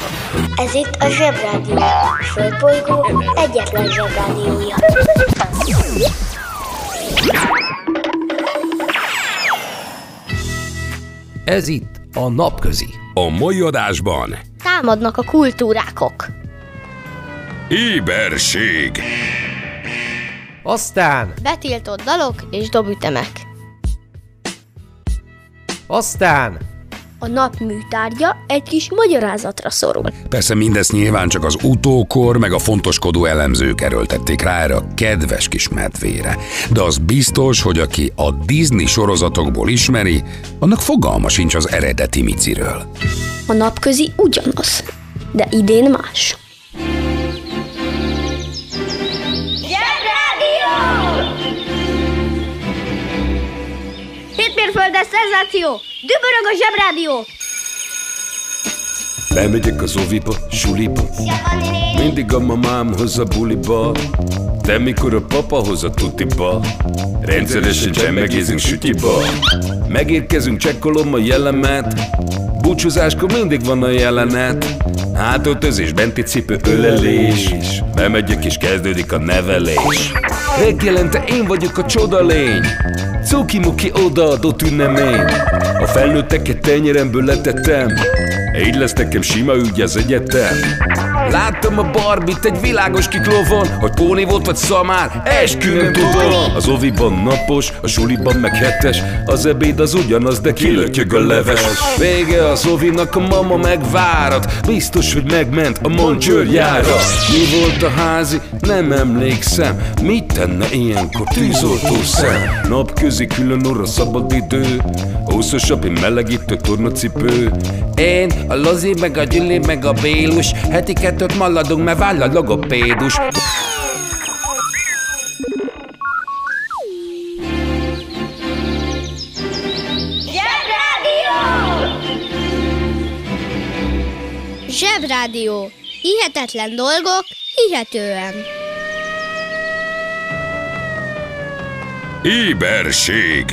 Ez itt a Zsebrádió, a Földbolygó egyetlen Zsebrádiója. Ez itt a Napközi. A mai adásban Támadnak a kultúrákok. éberség, Aztán Betiltott dalok és dobütemek. A nap műtárgya egy kis magyarázatra szorul. persze mindezt nyilván csak az utókor meg a fontoskodó elemzők erőltették rá erre a kedves kis medvére. De az biztos, hogy aki a Disney sorozatokból ismeri, annak fogalma sincs az eredeti Miciről. A napközi ugyanaz, de idén más. Zsebrádió! Hétmérföldes szenzáció! Dübörög a Zsebrádió! Bemegyek az oviba, suliba, mindig a mamám hoz a buliba, de mikor a papa hoz a tutiba, rendszeresen csemmegézünk sütiba. Megérkezünk, csekkolom a jellemet, búcsúzáskor mindig van a jelenet. Hátöltözés, benti cipő, ölelés, bemegyek és kezdődik a nevelés. Reggelente én vagyok a csodalény, cuki-muki odaadott ünnemény. A felnőtteket tenyeremből letettem, így lesz nekem sima ügy az egyetem. Láttam a Barbit egy világos kiklovon, hogy póni volt vagy szamár, eskü nem tudom. Az oviban napos, a suliban meg hetes, az ebéd az ugyanaz, de kilötyög a leves. Vége az ovinak, a mama megvárat, biztos, hogy megment a Moncsőrjára. Mi volt a házi? Nem emlékszem, mit tenne ilyenkor tűzoltó szem? Napközi külön orra szabad idő, húszosabb, én melegítő tornacipő. Én, a Lozi, meg a Gyüli, meg a Bélus, heti kettőt maladunk, mert váll a logopédus. Zsebrádió. Hihetetlen dolgok, hihetően. éberség.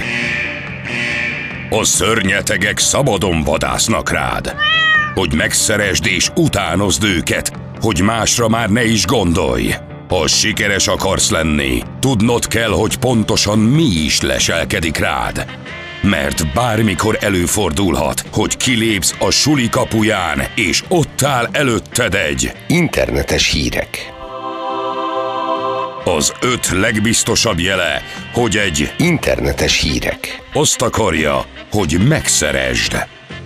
A szörnyetegek szabadon vadásznak rád, hogy megszeresd és utánozd őket, hogy másra már ne is gondolj. Ha sikeres akarsz lenni, tudnod kell, hogy pontosan mi is leselkedik rád. Mert bármikor előfordulhat, hogy kilépsz a suli kapuján, és ott áll előtted egy internetes hírek. Az 5 legbiztosabb jele, hogy egy Internetes hírek. azt akarja, hogy megszeresd.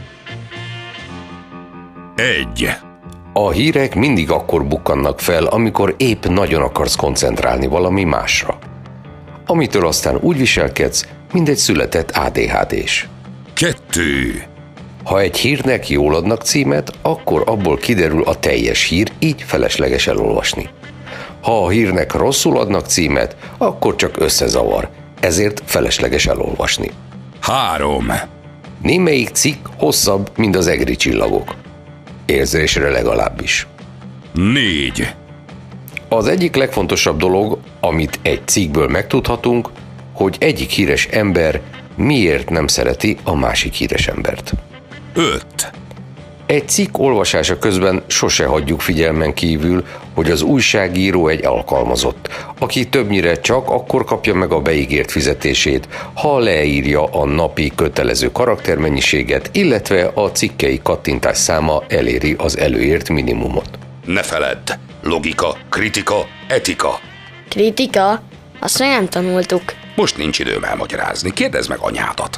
1. A hírek mindig akkor bukkannak fel, amikor épp nagyon akarsz koncentrálni valami másra. Amitől aztán úgy viselkedsz, mint egy született ADHD-s. 2. Ha egy hírnek jól adnak címet, akkor abból kiderül a teljes hír, így felesleges elolvasni. Ha a hírnek rosszul adnak címet, akkor csak összezavar, ezért felesleges elolvasni. 3. Némelyik cikk hosszabb, mint az egri csillagok. Érzésre legalábbis. 4. Az egyik legfontosabb dolog, amit egy cikkből megtudhatunk, hogy egyik híres ember miért nem szereti a másik híres embert. 5. Egy cikk olvasása közben sose hagyjuk figyelmen kívül, hogy az újságíró egy alkalmazott, aki többnyire csak akkor kapja meg a beígért fizetését, ha leírja a napi kötelező karaktermennyiséget, illetve a cikkei kattintás száma eléri az előírt minimumot. Ne feledd, logika, kritika, etika. Kritika? Azt még nem tanultuk. Most nincs időm elmagyarázni, kérdezd meg anyádat.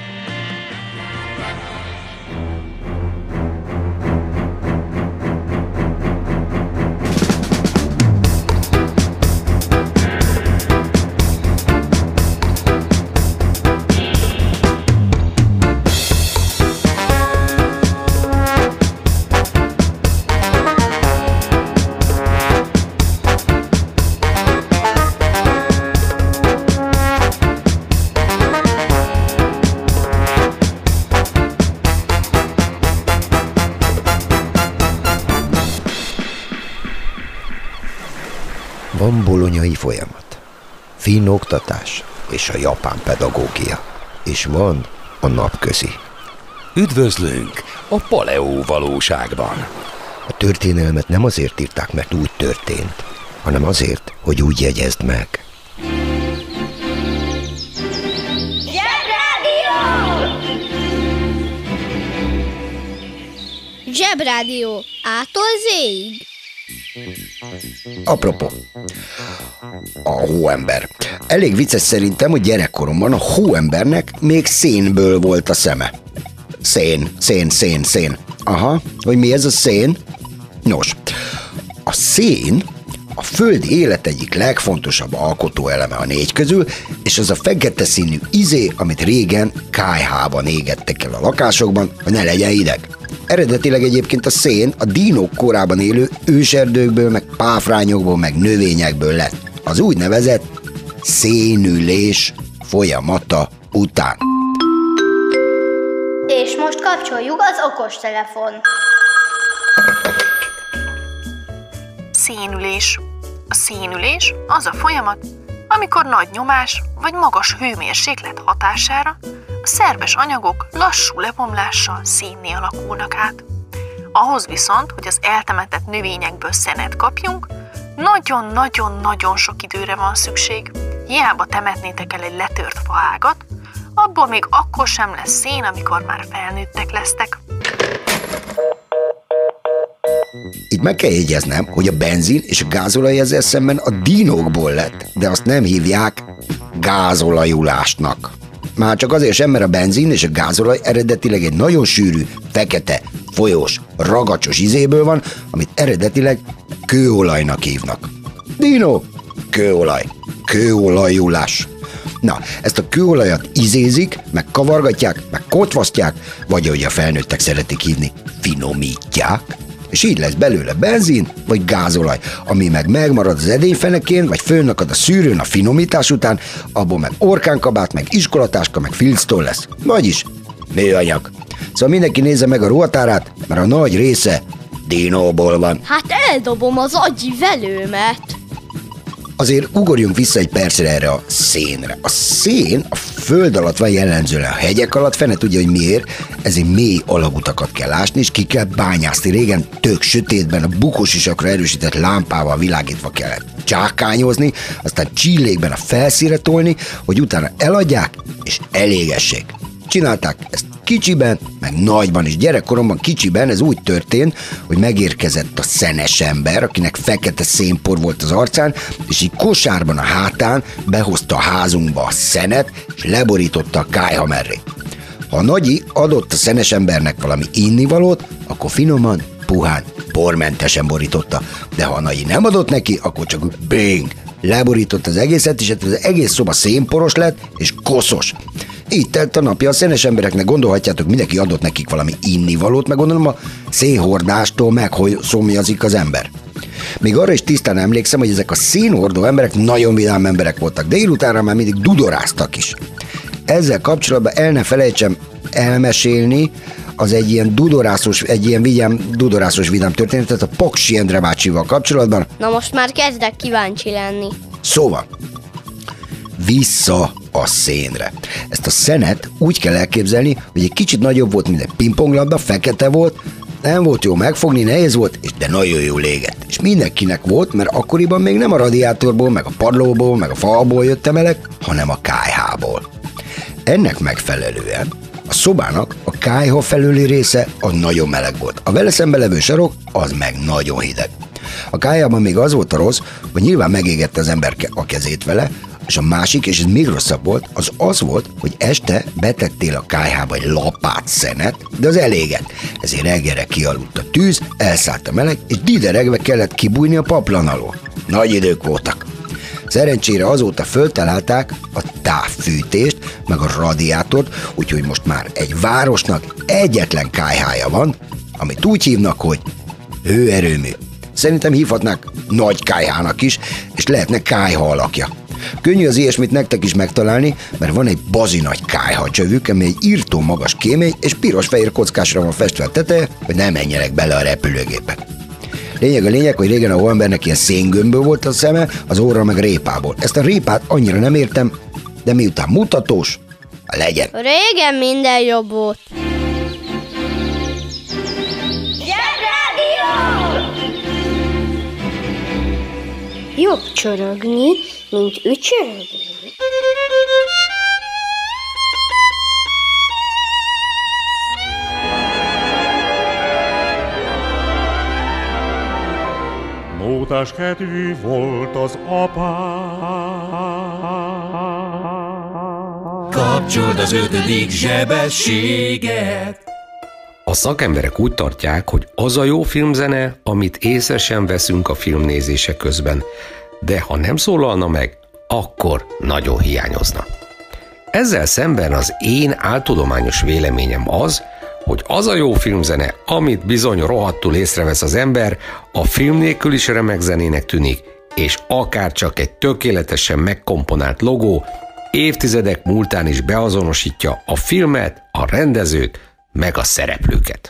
Van bolonyai folyamat, finn oktatás és a japán pedagógia. És van a napközi. Üdvözlünk a paleó valóságban. A történelmet nem azért írták, mert úgy történt, hanem azért, hogy úgy jegyezd meg. Zsebrádió A-tól Z-ig. Apropó, a hóember. Elég vicces szerintem, hogy gyerekkoromban a hóembernek még szénből volt a szeme. Szén. Aha, hogy mi ez a szén? Nos, a szén a földi élet egyik legfontosabb alkotóeleme a 4 közül, és az a fekete színű izé, amit régen kályhában égettek el a lakásokban, hogy ne legyen hideg. Eredetileg egyébként a szén a dínók korában élő őserdőkből, meg páfrányokból, meg növényekből lett. Az úgynevezett szénülés folyamata után. És most kapcsoljuk az okostelefon. Szénülés. A szénülés az a folyamat, amikor nagy nyomás vagy magas hőmérséklet hatására a szerves anyagok lassú lebomlással szénné alakulnak át. Ahhoz viszont, hogy az eltemetett növényekből szenet kapjunk, nagyon-nagyon-nagyon sok időre van szükség. Hiába temetnétek el egy letört faágat, abból még akkor sem lesz szén, amikor már felnőttek lesztek. Itt meg kell jegyeznem, hogy a benzin és a gázolaj ezzel szemben a dínókból lett, de azt nem hívják gázolajulásnak. Már csak azért sem, mert a benzin és a gázolaj eredetileg egy nagyon sűrű, fekete, folyós, ragacsos izéből van, amit eredetileg kőolajnak hívnak. Dino, kőolaj, kőolajulás. Na, ezt a kőolajat izézik, meg kavargatják, meg kotvasztják, vagy ahogy a felnőttek szeretik hívni, finomítják, és így lesz belőle benzin vagy gázolaj, ami meg megmarad az edényfenekén, vagy fönnakad a szűrőn a finomítás után, abból meg orkánkabát, meg iskolatáska, meg filctoll lesz. Vagyis műanyag. Szóval mindenki nézze meg a ruhatárát, mert a nagy része dinóból van. Hát eldobom az agyi velőmet. Azért ugorjunk vissza egy percre erre a szénre. A szén a föld alatt van jellemzően, a hegyek alatt, fene tudja, hogy miért, ezért mély alagutakat kell ásni, és ki kell bányászni. Régen tök sötétben a bukósisakra erősített lámpával világítva kellett csákányozni, aztán csillékben a felszínre tolni, hogy utána eladják és elégessék. Csinálták ezt kicsiben, meg nagyban is. Gyerekkoromban kicsiben ez úgy történt, hogy megérkezett a szenes ember, akinek fekete szénpor volt az arcán, és így kosárban a hátán behozta a házunkba a szenet, és leborította a kályha mellé. Ha a nagyi adott a szenes embernek valami innivalót, akkor finoman, puhán, pormentesen borította. De ha a nagyi nem adott neki, akkor csak bing, leborított az egészet, és az egész szoba szénporos lett, és koszos. Így telt a napja a szenes embereknek, gondolhatjátok, mindenki adott nekik valami innivalót, meg gondolom a szénhordástól meg, hogy szomjazik az ember. Még arra is tisztán emlékszem, hogy ezek a szénhordó emberek nagyon vidám emberek voltak, de délutánra már mindig dudoráztak is. Ezzel kapcsolatban el ne felejtsem elmesélni az egy ilyen dudorászos vidám történetet a Paksi Endre bácsival kapcsolatban. Na most már kezdek kíváncsi lenni. Szóval, vissza a szénre. Ezt a szenet úgy kell elképzelni, hogy egy kicsit nagyobb volt, mint egy pingponglabda, fekete volt, nem volt jó megfogni, nehéz volt, de nagyon jó légett. És mindenkinek volt, mert akkoriban még nem a radiátorból, meg a padlóból, meg a falból jött a meleg, hanem a kályhából. Ennek megfelelően a szobának a kályha felüli része az nagyon meleg volt. A vele szembe levő sarok az meg nagyon hideg. A kályhában még az volt a rossz, hogy nyilván megégette az ember a kezét vele, és a másik, és ez még rosszabb volt, az volt, hogy este betettél a kályhába egy lapát szenet, de az elégett. Ezért reggelre kialudt a tűz, elszállt a meleg, és dideregve kellett kibújni a paplan alól. Nagy idők voltak. Szerencsére azóta föltalálták a távfűtést, meg a radiátort, úgyhogy most már egy városnak egyetlen kályhája van, amit úgy hívnak, hogy hőerőmű. Szerintem hívhatnák nagy kályhának is, és lehetne kályha alakja. Könnyű az ilyesmit nektek is megtalálni, mert van egy bazinagy kályhacsövük, ami egy írtó magas kémény, és piros-fehér kockásra van festve a teteje, hogy ne menjenek bele a repülőgépek. Lényeg, hogy régen a hóembernek ilyen széngömbből volt a szeme, az orra meg répából. Ezt a répát annyira nem értem, de miután mutatós, legyen. Régen minden jobb volt. Zsebrádió! Mocorogni, mint ücsörögni. Mótás kedvű volt az apám. Kapcsold az 5. zsebességet. A szakemberek úgy tartják, hogy az a jó filmzene, amit észre sem veszünk a filmnézése közben, de ha nem szólalna meg, akkor nagyon hiányozna. Ezzel szemben az én áltudományos véleményem az, hogy az a jó filmzene, amit bizony rohadtul észrevesz az ember, a film nélkül is remek zenének tűnik, és akár csak egy tökéletesen megkomponált logó évtizedek múltán is beazonosítja a filmet, a rendezőt, meg a szereplőket.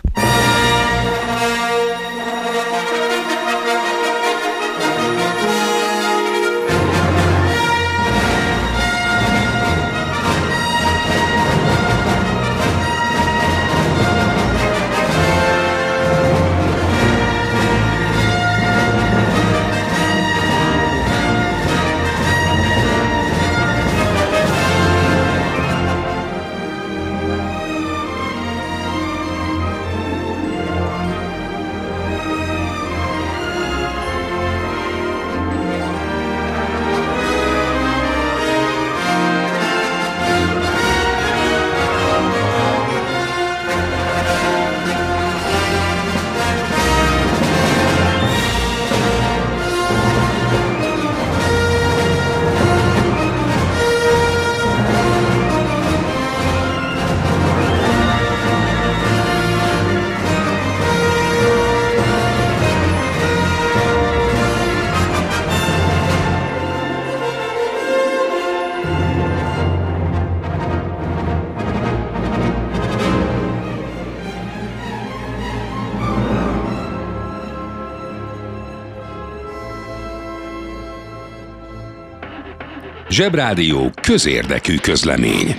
Zsebrádió közérdekű közlemény.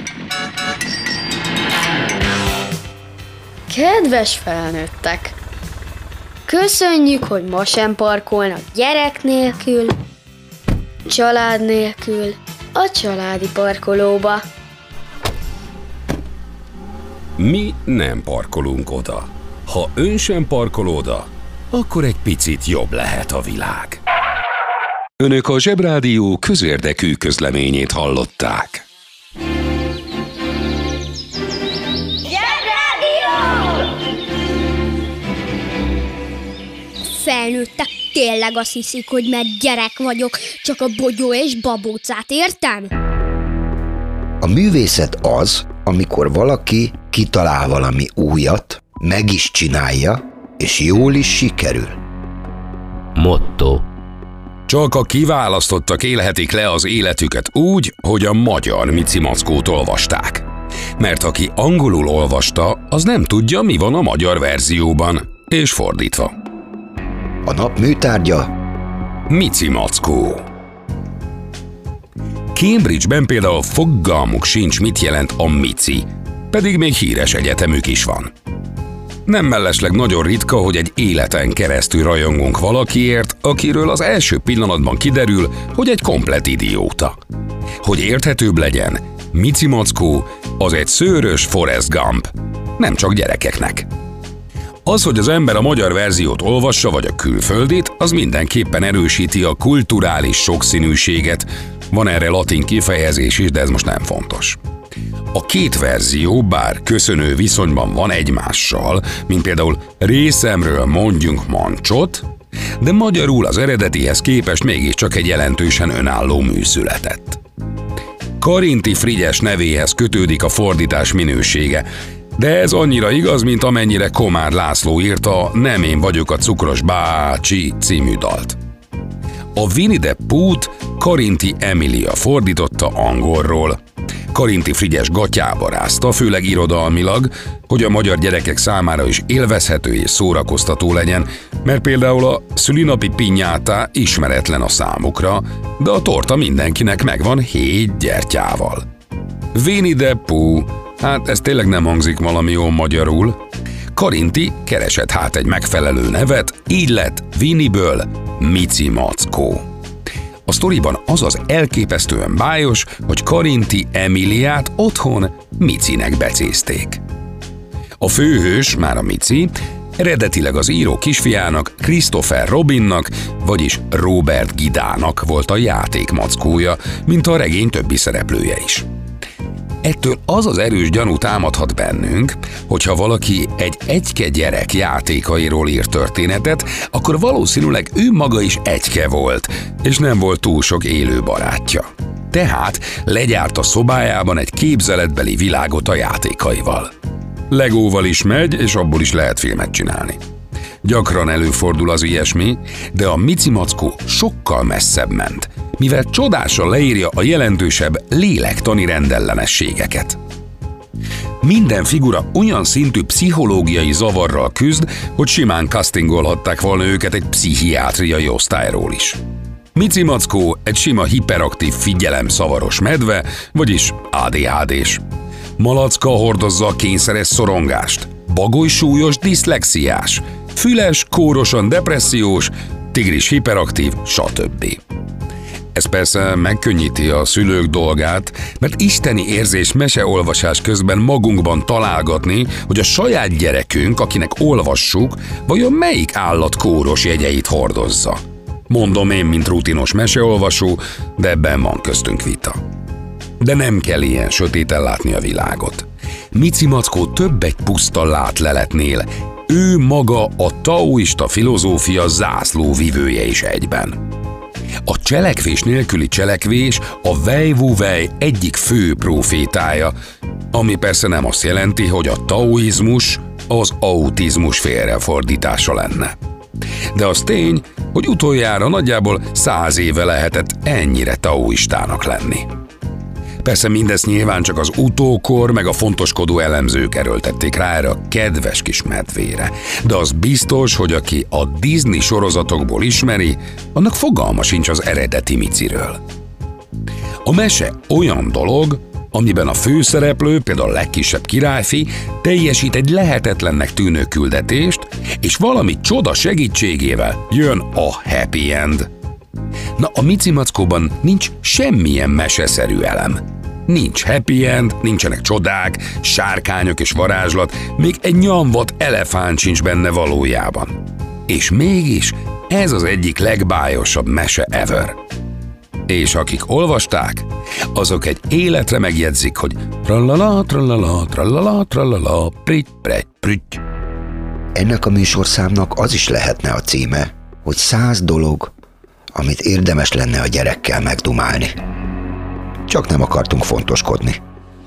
Kedves felnőttek! Köszönjük, hogy ma sem parkolnak gyerek nélkül, család nélkül a családi parkolóba. Mi nem parkolunk oda. Ha ön sem parkol oda, akkor egy picit jobb lehet a világ. Önök a Zsebrádió közérdekű közleményét hallották. Zsebrádió! Felnőttek tényleg azt hiszik, hogy mert gyerek vagyok, csak a bogyó és babócát értem? A művészet az, amikor valaki kitalál valami újat, meg is csinálja, és jól is sikerül. Motto. Csak a kiválasztottak élhetik le az életüket úgy, hogy a magyar Mici Mackót olvasták. Mert aki angolul olvasta, az nem tudja, mi van a magyar verzióban, és fordítva. A nap műtárgya Mici Mackó. Cambridge-ben például fogalmuk sincs, mit jelent a Mici, pedig még híres egyetemük is van. Nem mellesleg nagyon ritka, hogy egy életen keresztül rajongunk valakiért, akiről az első pillanatban kiderül, hogy egy komplett idióta. Hogy érthetőbb legyen, Mici Mackó az egy szőrös Forrest Gump, nem csak gyerekeknek. Az, hogy az ember a magyar verziót olvassa, vagy a külföldit, az mindenképpen erősíti a kulturális sokszínűséget. Van erre latin kifejezés is, de ez most nem fontos. A két verzió bár köszönő viszonyban van egymással, mint például részemről mondjunk mancsot, de magyarul az eredetihez képest mégiscsak egy jelentősen önálló mű született. Karinti Frigyes nevéhez kötődik a fordítás minősége, de ez annyira igaz, mint amennyire Komár László írta Nem én vagyok a cukros bácsi című dalt. A Winnie the Pooh-t Karinti Emilia fordította angolról. Karinti Frigyes gatyába rázta, főleg irodalmilag, hogy a magyar gyerekek számára is élvezhető és szórakoztató legyen, mert például a szülinapi pinnyátá ismeretlen a számukra, de a torta mindenkinek megvan 7 gyertyával. Winnie the Pooh, hát ez tényleg nem hangzik valami jól magyarul. Karinti keresett hát egy megfelelő nevet, így lett Winnie-ből Mici Mackó. A sztoriban az az elképesztően bájos, hogy Karinti Emiliát otthon Micinek becézték. A főhős, már a Mici, eredetileg az író kisfiának, Christopher Robinnak, vagyis Robert Gidának volt a játékmackója, mint a regény többi szereplője is. Ettől az az erős gyanú támadhat bennünk, hogyha valaki egy egyke gyerek játékairól ír történetet, akkor valószínűleg ő maga is egyke volt, és nem volt túl sok élő barátja. Tehát legyárt a szobájában egy képzeletbeli világot a játékaival. Legóval is megy, és abból is lehet filmet csinálni. Gyakran előfordul az ilyesmi, de a Mici mackó sokkal messzebb ment, mivel csodásan leírja a jelentősebb lélektani rendellenességeket. Minden figura olyan szintű pszichológiai zavarral küzd, hogy simán castingolhatták volna őket egy pszichiátriai osztályról is. Mici mackó egy sima hiperaktív figyelemszavaros medve, vagyis ADHD-s. Malacka hordozza a kényszeres szorongást, Bagoly súlyos diszlexiás, Füles kórosan depressziós, Tigris hiperaktív, stb. Ez persze megkönnyíti a szülők dolgát, mert isteni érzés meseolvasás közben magunkban találgatni, hogy a saját gyerekünk, akinek olvassuk, vajon melyik állat kóros jegyeit hordozza. Mondom én, mint rutinos meseolvasó, de ebben van köztünk vita. De nem kell ilyen sötéten látni a világot. Mici mackó több egy puszta látleletnél. Ő maga a taoista filozófia zászlóvivője is egyben. A cselekvés nélküli cselekvés a Wei-Wu-Wei egyik fő profétája, ami persze nem azt jelenti, hogy a taoizmus az autizmus félrefordítása lenne. De az tény, hogy utoljára nagyjából 100 éve lehetett ennyire taoistának lenni. Persze mindezt nyilván csak az utókor meg a fontoskodó elemzők erőltették rá erre a kedves kis medvére. De az biztos, hogy aki a Disney sorozatokból ismeri, annak fogalma sincs az eredeti Miciről. A mese olyan dolog, amiben a főszereplő, például a legkisebb királyfi, teljesít egy lehetetlennek tűnő küldetést, és valami csoda segítségével jön a happy end. Na, a Mici mackóban nincs semmilyen meseszerű elem. Nincs happy end, nincsenek csodák, sárkányok és varázslat, még egy nyomvat elefánt sincs benne valójában. És mégis ez az egyik legbájosabb mese ever. És akik olvasták, azok egy életre megjegyzik, hogy trallala, trallala, trallala, trallala, pritty, pritty, pritty. Ennek a műsorszámnak az is lehetne a címe, hogy 100 dolog, amit érdemes lenne a gyerekkel megdumálni. Csak nem akartunk fontoskodni.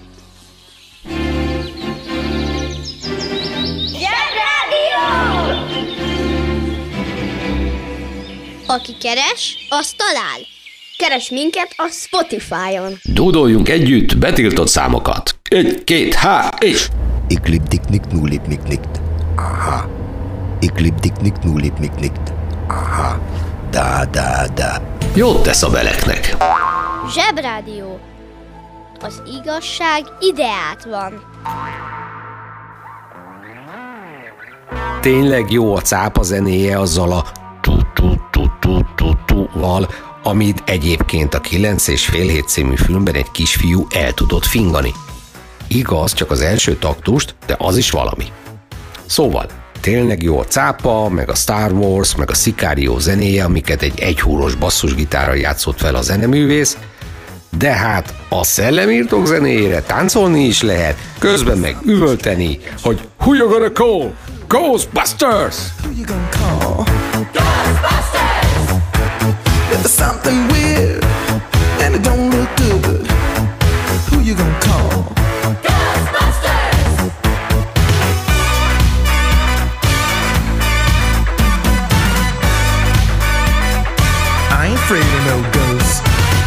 Aki keres, az talál. Keres minket a Spotify-on. Dúdoljunk együtt betiltott számokat. 1, 2, 3, és... Iklipdiknik nulipniknikt. Aha. Iklipdiknik nulipniknikt. Aha. Da. Jót tesz a beleknek. Zsebrádió. Az igazság ideát van. Tényleg jó a cápa zenéje azzal a tu-tu-tu-tu-tu-tu-val, amit egyébként a 9,5 című filmben egy kisfiú el tudott fingani. Igaz, csak az első taktust, de az is valami. Szóval, tényleg jó a cápa, meg a Star Wars, meg a Sicario zenéje, amiket egy egyhúros basszusgitárral játszott fel a zeneművész, de hát a szellemírtók zenéjére táncolni is lehet, közben meg üvölteni, hogy Who you gonna call? Ghostbusters! Who you gonna call? Ghostbusters! If there's something weird and it don't look good, who you gonna call? Ghostbusters! I ain't afraid of no ghosts.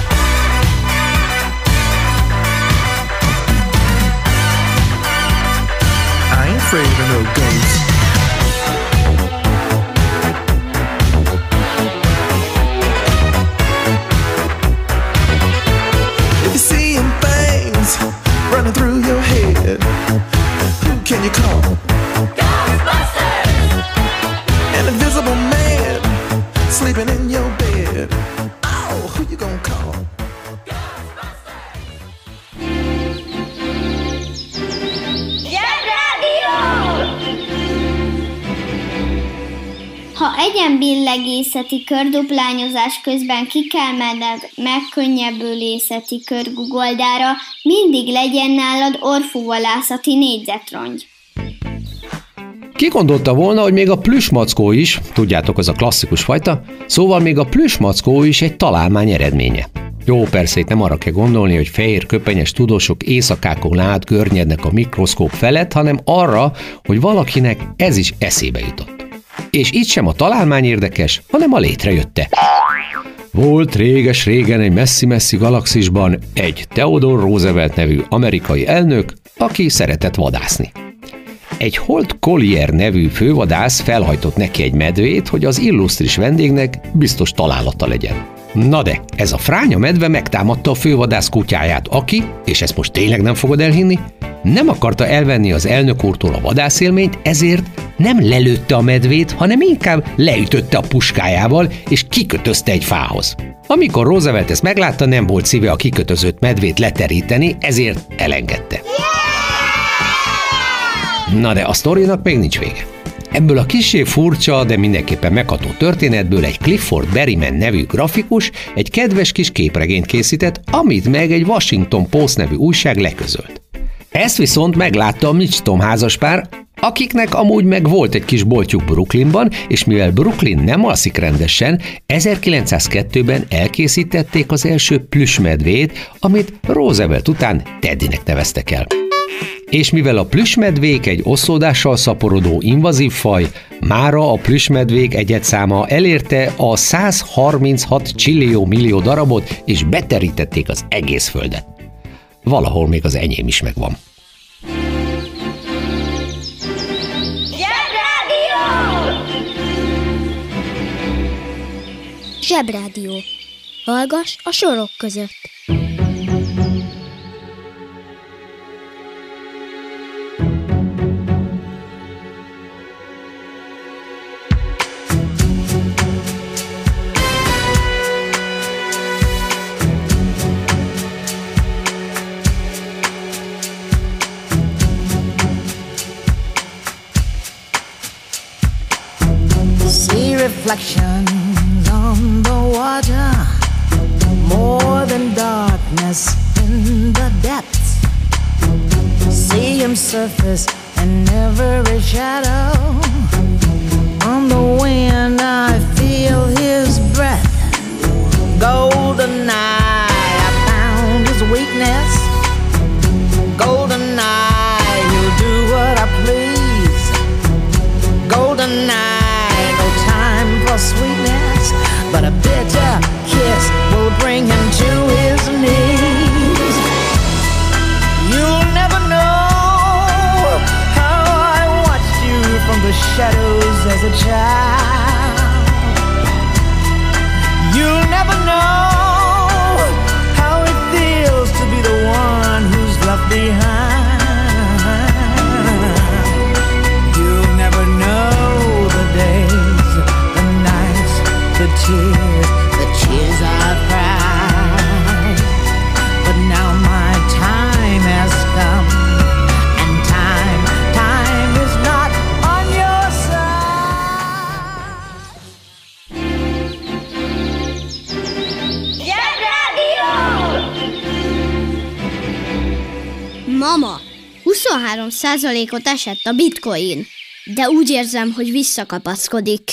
I ain't afraid of no ghosts. If you're seeing things running through your head, who can you call? Ghostbusters! An invisible man sleeping in your bed. Oh, who Ha egyenbillegészeti körduplányozás közben ki kell menned megkönnyebbülészeti körgugoldára, mindig legyen nálad orfuvalászati négyzetrongy. Ki gondolta volna, hogy még a plüssmackó is, tudjátok, az a klasszikus fajta, szóval még a plüssmackó is egy találmány eredménye. Jó, persze itt nem arra kell gondolni, hogy fehér köpenyes tudósok éjszakákon át görnyednek a mikroszkóp felett, hanem arra, hogy valakinek ez is eszébe jutott. És itt sem a találmány érdekes, hanem a létrejötte. Volt réges-régen egy messzi-messzi galaxisban egy Theodore Roosevelt nevű amerikai elnök, aki szeretett vadászni. Egy Holt Collier nevű fővadász felhajtott neki egy medvét, hogy az illusztris vendégnek biztos találata legyen. Na de, ez a fránya medve megtámadta a fővadász kutyáját, aki, és ezt most tényleg nem fogod elhinni, nem akarta elvenni az elnök úrtól a vadászélményt, ezért nem lelőtte a medvét, hanem inkább leütötte a puskájával, és kikötözte egy fához. Amikor Roosevelt ezt meglátta, nem volt szíve a kikötözött medvét leteríteni, ezért elengedte. Na de a sztorinak még nincs vége. Ebből a kissé furcsa, de mindenképpen megható történetből egy Clifford Berryman nevű grafikus egy kedves kis képregényt készített, amit meg egy Washington Post nevű újság leközölt. Ezt viszont meglátta a Mitch-Tom házaspár, akiknek amúgy meg volt egy kis boltjuk Brooklynban, és mivel Brooklyn nem alszik rendesen, 1902-ben elkészítették az első plüssmedvét, amit Roosevelt után Teddynek neveztek el. És mivel a plüssmedvék egy oszlódással szaporodó invazív faj, mára a plüssmedvék egyedszáma elérte a 136 csillió millió darabot, és beterítették az egész földet. Valahol még az enyém is megvan. Zsebrádió. Hallgass a sorok között. Reflections on the water, more than darkness in the depths. See him surface in every shadow. On the wind I feel his breath. Golden eye, I found his weakness. Golden eye, he'll do what I please. Golden eye, sweetness, but a bitter kiss will bring him to his knees. You'll never know how I watched you from the shadows as a child. You'll never know how it feels to be the one who's left behind. You'll never know the days, the tears I've cried. But now my time has come, and time is not on your side. Zsebrádió! Mama, 23%-ot esett a bitcoin, de úgy érzem, hogy visszakapaszkodik.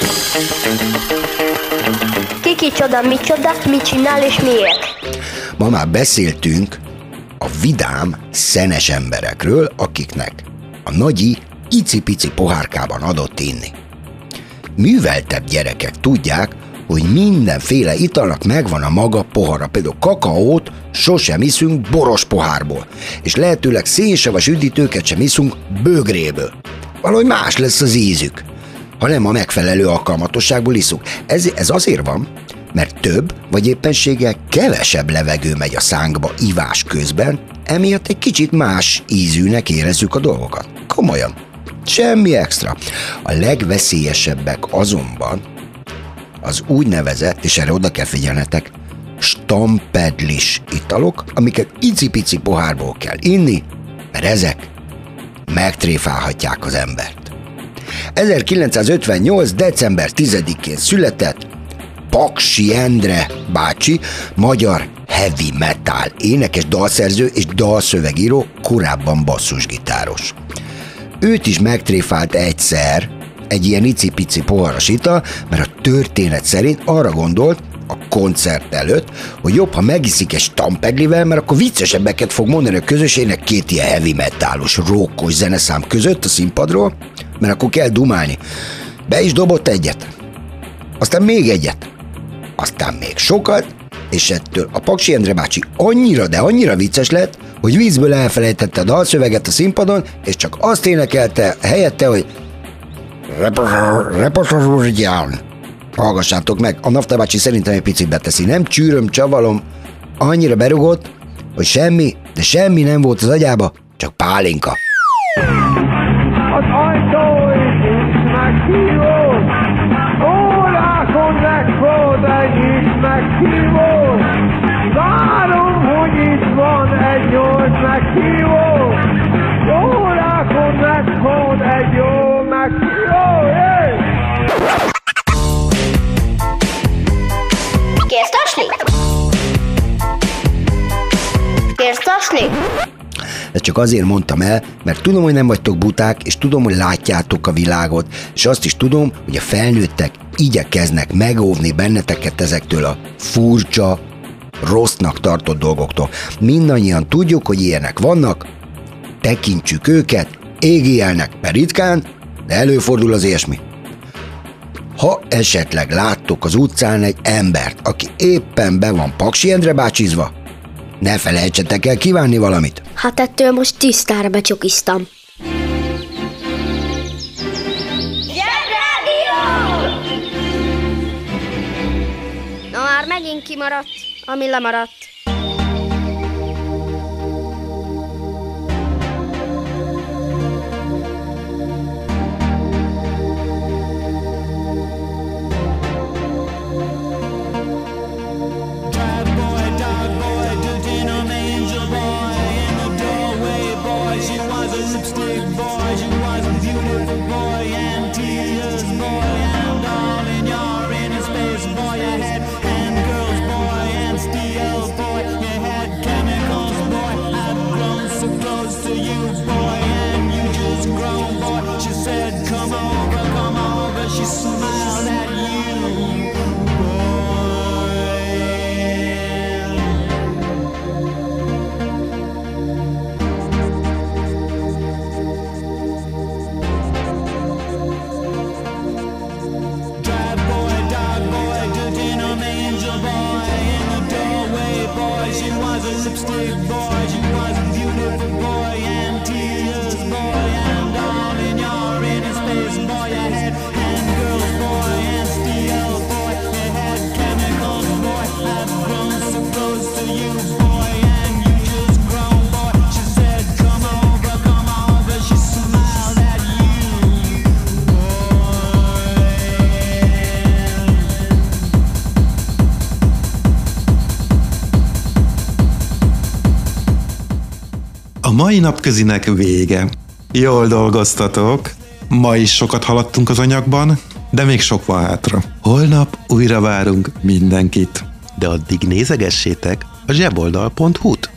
Kicsoda, micsoda, mit csinál és miért? Ma már beszéltünk a vidám, szenes emberekről, akiknek a nagyi icipici pohárkában adott inni. Műveltebb gyerekek tudják, hogy mindenféle italnak megvan a maga pohara. Például kakaót sosem iszunk boros pohárból, és lehetőleg szénsavas üdítőket sem iszunk bögréből. Valahogy más lesz az ízük, ha nem a megfelelő alkalmatosságból iszunk. Ez azért van, mert több vagy éppenséggel kevesebb levegő megy a szánkba ivás közben, emiatt egy kicsit más ízűnek érezzük a dolgokat. Komolyan. Semmi extra. A legveszélyesebbek azonban az úgynevezett, és erre oda kell figyelnetek, stampedlis italok, amiket icipici pohárból kell inni, mert ezek megtréfálhatják az embert. 1958. december 10-én született Paksi Endre bácsi, magyar heavy metal énekes, dalszerző és dalszövegíró, korábban basszusgitáros. Őt is megtréfált egyszer egy ilyen icipici poharas ital, mert a történet szerint arra gondolt a koncert előtt, hogy jobb, ha megiszik egy stampeglivel, mert akkor viccesebbeket fog mondani a közönségnek két ilyen heavy metalos, rockos zeneszám között a színpadról, mert akkor kell dumálni. Be is dobott egyet. Aztán még egyet. Aztán még sokat, és ettől a Paksi Endre bácsi annyira, de annyira vicces lett, hogy vízből elfelejtette a dalszöveget a színpadon, és csak azt énekelte helyette, hogy reporterúrgyán. Hallgassátok meg, a Nafta bácsi szerintem egy picit beteszi. Nem csűröm, csavalom, annyira berugott, hogy semmi, de semmi nem volt az agyába, csak pálinka. Az ajtó is meghívó, órákon megfog egyik meghívó. Várom, hogy itt van egy nyolc meghívó, órákon megfog egy jó meghívó. Kérsz tasni? Kérsz tasni? Ezt csak azért mondtam el, mert tudom, hogy nem vagytok buták, és tudom, hogy látjátok a világot, és azt is tudom, hogy a felnőttek igyekeznek megóvni benneteket ezektől a furcsa, rossznak tartott dolgoktól. Mindannyian tudjuk, hogy ilyenek vannak, tekintsük őket, égielnek, mert ritkán, de előfordul az ilyesmi. Ha esetleg láttok az utcán egy embert, aki éppen be van Paksi Endre bácsizva, ne felejtsetek el kívánni valamit. Hát ettől most tisztára becsokiztam. Zsebrádió! Na már megint kimaradt, ami lemaradt. A mai napközinek vége. Jól dolgoztatok, ma is sokat haladtunk az anyagban, de még sok van hátra. Holnap újra várunk mindenkit. De addig nézegessétek a zseboldal.hu-t.